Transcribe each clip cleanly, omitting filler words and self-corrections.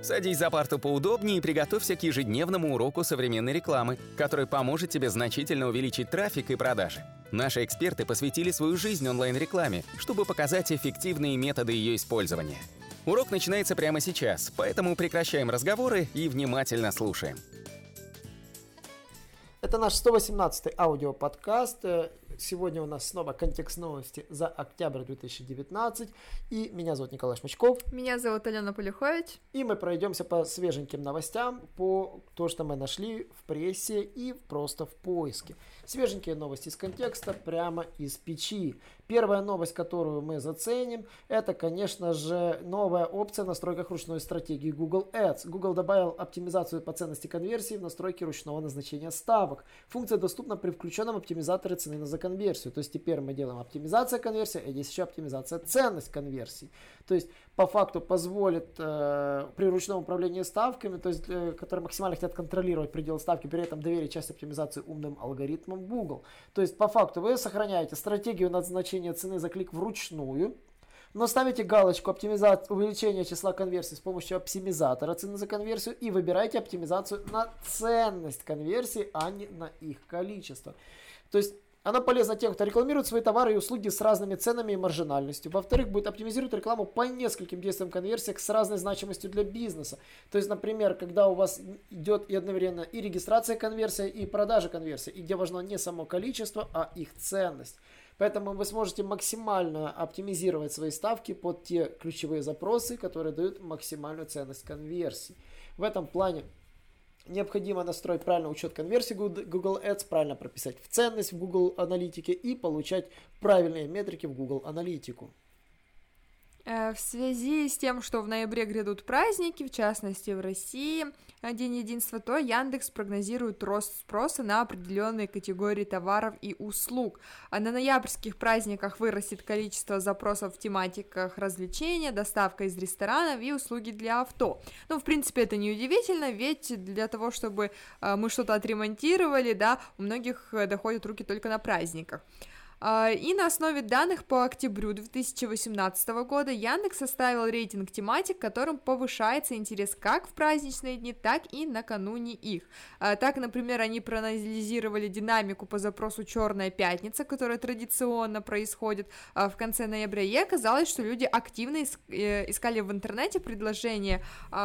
Садись за парту поудобнее и приготовься к ежедневному уроку современной рекламы, который поможет тебе значительно увеличить трафик и продажи. Наши эксперты посвятили свою жизнь онлайн-рекламе, чтобы показать эффективные методы ее использования. Урок начинается прямо сейчас, поэтому прекращаем разговоры и внимательно слушаем. Это наш 118-й аудиоподкаст. Сегодня у нас снова контекст новости за октябрь 2019. И меня зовут Николай Шмачков. Меня зовут Алена Полюхович. И мы пройдемся по свеженьким новостям, по то, что мы нашли в прессе и просто в поиске. Свеженькие новости из контекста, прямо из печи. Первая новость, которую мы заценим, это, конечно же, новая опция в настройках ручной стратегии Google Ads. Google добавил оптимизацию по ценности конверсии в настройке ручного назначения ставок. Функция доступна при включенном оптимизаторе цены за конверсию. То есть теперь мы делаем оптимизация конверсии, а здесь еще оптимизация ценность конверсии. То есть по факту позволит при ручном управлении ставками, то есть которые максимально хотят контролировать предел ставки, при этом доверить часть оптимизации умным алгоритмам Google. То есть по факту вы сохраняете стратегию назначения цены за клик вручную, но ставите галочку увеличения числа конверсий с помощью оптимизатора цены за конверсию и выбираете оптимизацию на ценность конверсии, а не на их количество. То есть оно полезно тем, кто рекламирует свои товары и услуги с разными ценами и маржинальностью. Во-вторых, будет оптимизировать рекламу по нескольким действиям конверсиях с разной значимостью для бизнеса. То есть, например, когда у вас идет и одновременно и регистрация конверсии, и продажа конверсии, и где важно не само количество, а их ценность. Поэтому вы сможете максимально оптимизировать свои ставки под те ключевые запросы, которые дают максимальную ценность конверсии. В этом плане необходимо настроить правильный учет конверсии Google Ads, правильно прописать в ценность в Google Аналитике и получать правильные метрики в Google Аналитику. В связи с тем, что в ноябре грядут праздники, в частности в России, День единства, то Яндекс прогнозирует рост спроса на определенные категории товаров и услуг. А на ноябрьских праздниках вырастет количество запросов в тематиках развлечения, доставка из ресторанов и услуги для авто. Ну, в принципе, это не удивительно, ведь для того, чтобы мы что-то отремонтировали, да, у многих доходят руки только на праздниках. И на основе данных по октябрю 2018 года Яндекс составил рейтинг тематик, которым повышается интерес как в праздничные дни, так и накануне их. Так, например, они проанализировали динамику по запросу «Черная пятница», которая традиционно происходит в конце ноября, и оказалось, что люди активно искали в интернете предложения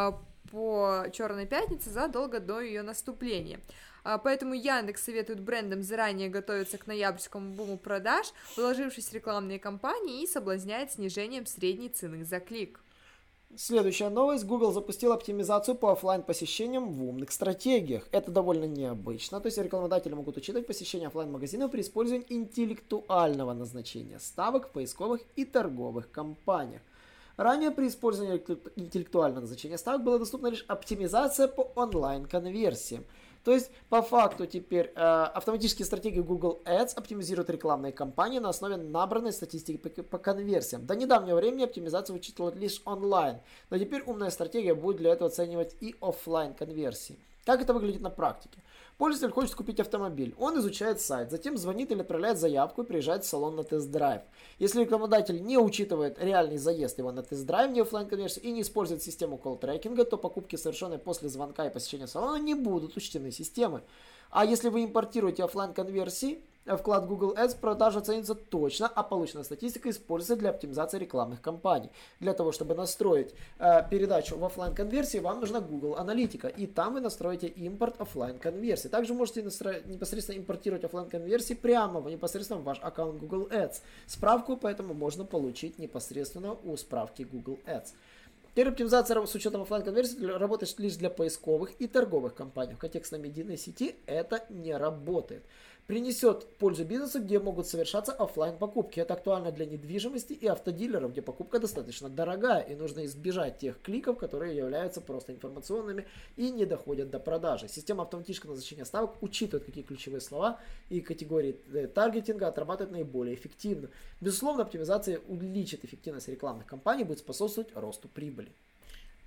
по «Черной пятнице» задолго до ее наступления. Поэтому Яндекс советует брендам заранее готовиться к ноябрьскому буму продаж, вложившись в рекламные кампании, и соблазняет снижением средней цены за клик. Следующая новость. Google запустил оптимизацию по офлайн-посещениям в умных стратегиях. Это довольно необычно. То есть рекламодатели могут учитывать посещение офлайн-магазинов при использовании интеллектуального назначения ставок в поисковых и торговых кампаниях. Ранее при использовании интеллектуального назначения ставок была доступна лишь оптимизация по онлайн-конверсиям. То есть, по факту теперь автоматические стратегии Google Ads оптимизируют рекламные кампании на основе набранной статистики по конверсиям. До недавнего времени оптимизация учитывала лишь онлайн, но теперь умная стратегия будет для этого оценивать и офлайн конверсии. Как это выглядит на практике? Пользователь хочет купить автомобиль, он изучает сайт, затем звонит или отправляет заявку и приезжает в салон на тест-драйв. Если рекламодатель не учитывает реальный заезд его на тест-драйв, не офлайн конверсии и не использует систему колл-трекинга, то покупки, совершенные после звонка и посещения салона, не будут учтены системой. А если вы импортируете офлайн конверсии, вклад Google Ads продажа оценится точно, а полученная статистика используется для оптимизации рекламных кампаний. Для того, чтобы настроить передачу в офлайн конверсии, вам нужна Google Аналитика, и там вы настроите импорт офлайн конверсии. Также можете непосредственно импортировать офлайн конверсии прямо непосредственно в ваш аккаунт Google Ads. Справку поэтому можно получить непосредственно у справки Google Ads. Теперь оптимизация с учетом офлайн-конверсии работает лишь для поисковых и торговых компаний. В контекстно-медийной сети это не работает. Принесет пользу бизнесу, где могут совершаться офлайн покупки. Это актуально для недвижимости и автодилеров, где покупка достаточно дорогая и нужно избежать тех кликов, которые являются просто информационными и не доходят до продажи. Система автоматического назначения ставок учитывает, какие ключевые слова и категории таргетинга отрабатывает наиболее эффективно. Безусловно, оптимизация увеличит эффективность рекламных кампаний и будет способствовать росту прибыли.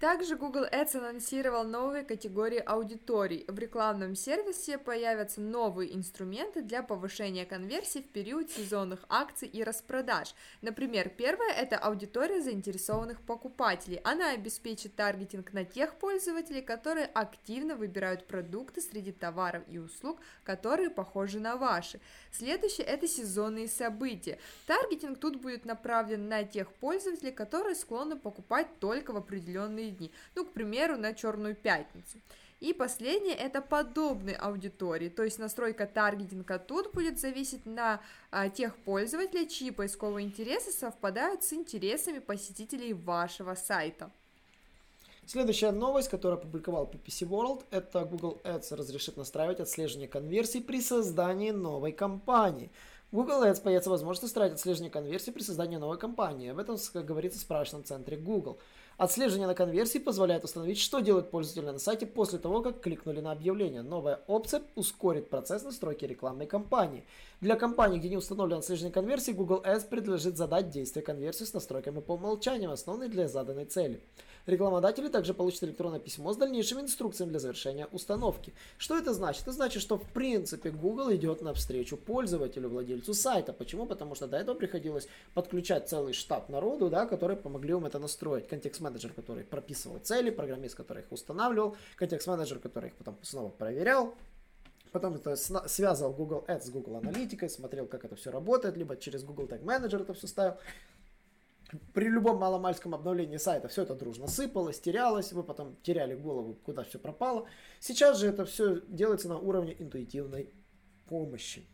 Также Google Ads анонсировал новые категории аудиторий. В рекламном сервисе появятся новые инструменты для повышения конверсии в период сезонных акций и распродаж. Например, первая – это аудитория заинтересованных покупателей. Она обеспечит таргетинг на тех пользователей, которые активно выбирают продукты среди товаров и услуг, которые похожи на ваши. Следующее – это сезонные события. Таргетинг тут будет направлен на тех пользователей, которые склонны покупать только в определенные дни, к примеру, на Черную пятницу. И последнее – это подобные аудитории, то есть настройка таргетинга тут будет зависеть на тех пользователей, чьи поисковые интересы совпадают с интересами посетителей вашего сайта. Следующая новость, которую опубликовал PPC World, это Google Ads разрешит настраивать отслеживание конверсий при создании новой кампании. Google Ads появится возможность настраивать отслеживание конверсий при создании новой кампании. Об этом, как говорится, в справочном центре Google. Отслеживание на конверсии позволяет установить, что делают пользователи на сайте после того, как кликнули на объявление. Новая опция ускорит процесс настройки рекламной кампании. Для компаний, где не установлено отслеживание конверсии, Google Ads предложит задать действие конверсии с настройками по умолчанию, основанной для заданной цели. Рекламодатели также получат электронное письмо с дальнейшими инструкциями для завершения установки. Что это значит? Это значит, что в принципе Google идет навстречу пользователю, владельцу сайта. Почему? Потому что до этого приходилось подключать целый штат народу, которые помогли им это настроить. Контекст-менеджер, который прописывал цели, программист, который их устанавливал, контекст-менеджер, который их потом снова проверял. Потом это связывал Google Ads с Google Аналитикой, смотрел, как это все работает, либо через Google Tag Manager это все ставил. При любом маломальском обновлении сайта все это дружно сыпалось, терялось, вы потом теряли голову, куда все пропало. Сейчас же это все делается на уровне интуитивной помощи.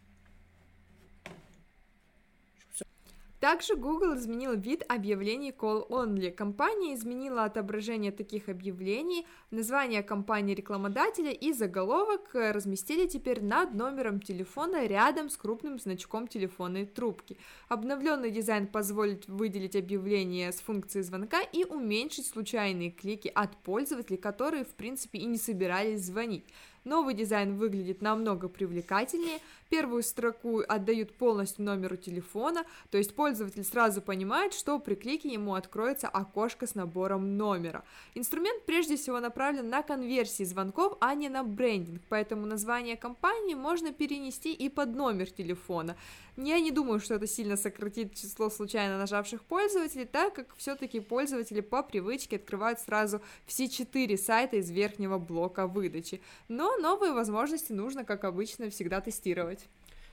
Также Google изменил вид объявлений Call Only. Компания изменила отображение таких объявлений, название компании рекламодателя и заголовок разместили теперь над номером телефона рядом с крупным значком телефонной трубки. Обновленный дизайн позволит выделить объявление с функцией звонка и уменьшить случайные клики от пользователей, которые в принципе и не собирались звонить. Новый дизайн выглядит намного привлекательнее, первую строку отдают полностью номеру телефона, то есть пользователь сразу понимает, что при клике ему откроется окошко с набором номера. Инструмент прежде всего направлен на конверсии звонков, а не на брендинг, поэтому название компании можно перенести и под номер телефона. Я не думаю, что это сильно сократит число случайно нажавших пользователей, так как все-таки пользователи по привычке открывают сразу все 4 сайта из верхнего блока выдачи. Но новые возможности нужно, как обычно, всегда тестировать.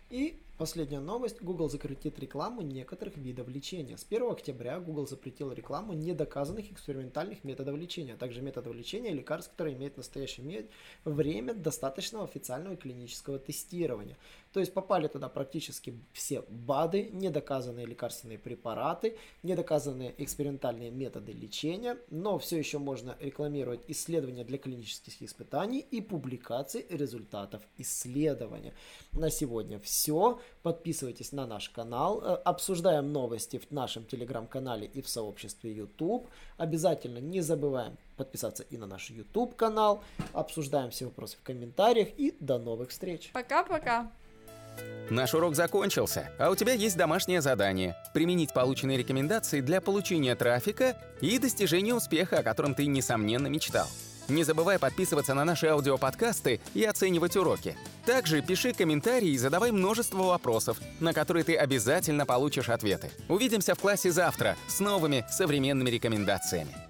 И последняя новость. Google запретит рекламу некоторых видов лечения. С 1 октября Google запретил рекламу недоказанных экспериментальных методов лечения, а также методов лечения лекарств, которые имеют в настоящее время достаточного официального и клинического тестирования. То есть попали туда практически все БАДы, недоказанные лекарственные препараты, недоказанные экспериментальные методы лечения, но все еще можно рекламировать исследования для клинических испытаний и публикации результатов исследования. На сегодня все. Подписывайтесь на наш канал, обсуждаем новости в нашем телеграм-канале и в сообществе YouTube. Обязательно не забываем подписаться и на наш YouTube канал. Обсуждаем все вопросы в комментариях и до новых встреч. Пока-пока. Наш урок закончился, а у тебя есть домашнее задание – применить полученные рекомендации для получения трафика и достижения успеха, о котором ты, несомненно, мечтал. Не забывай подписываться на наши аудиоподкасты и оценивать уроки. Также пиши комментарии и задавай множество вопросов, на которые ты обязательно получишь ответы. Увидимся в классе завтра с новыми современными рекомендациями.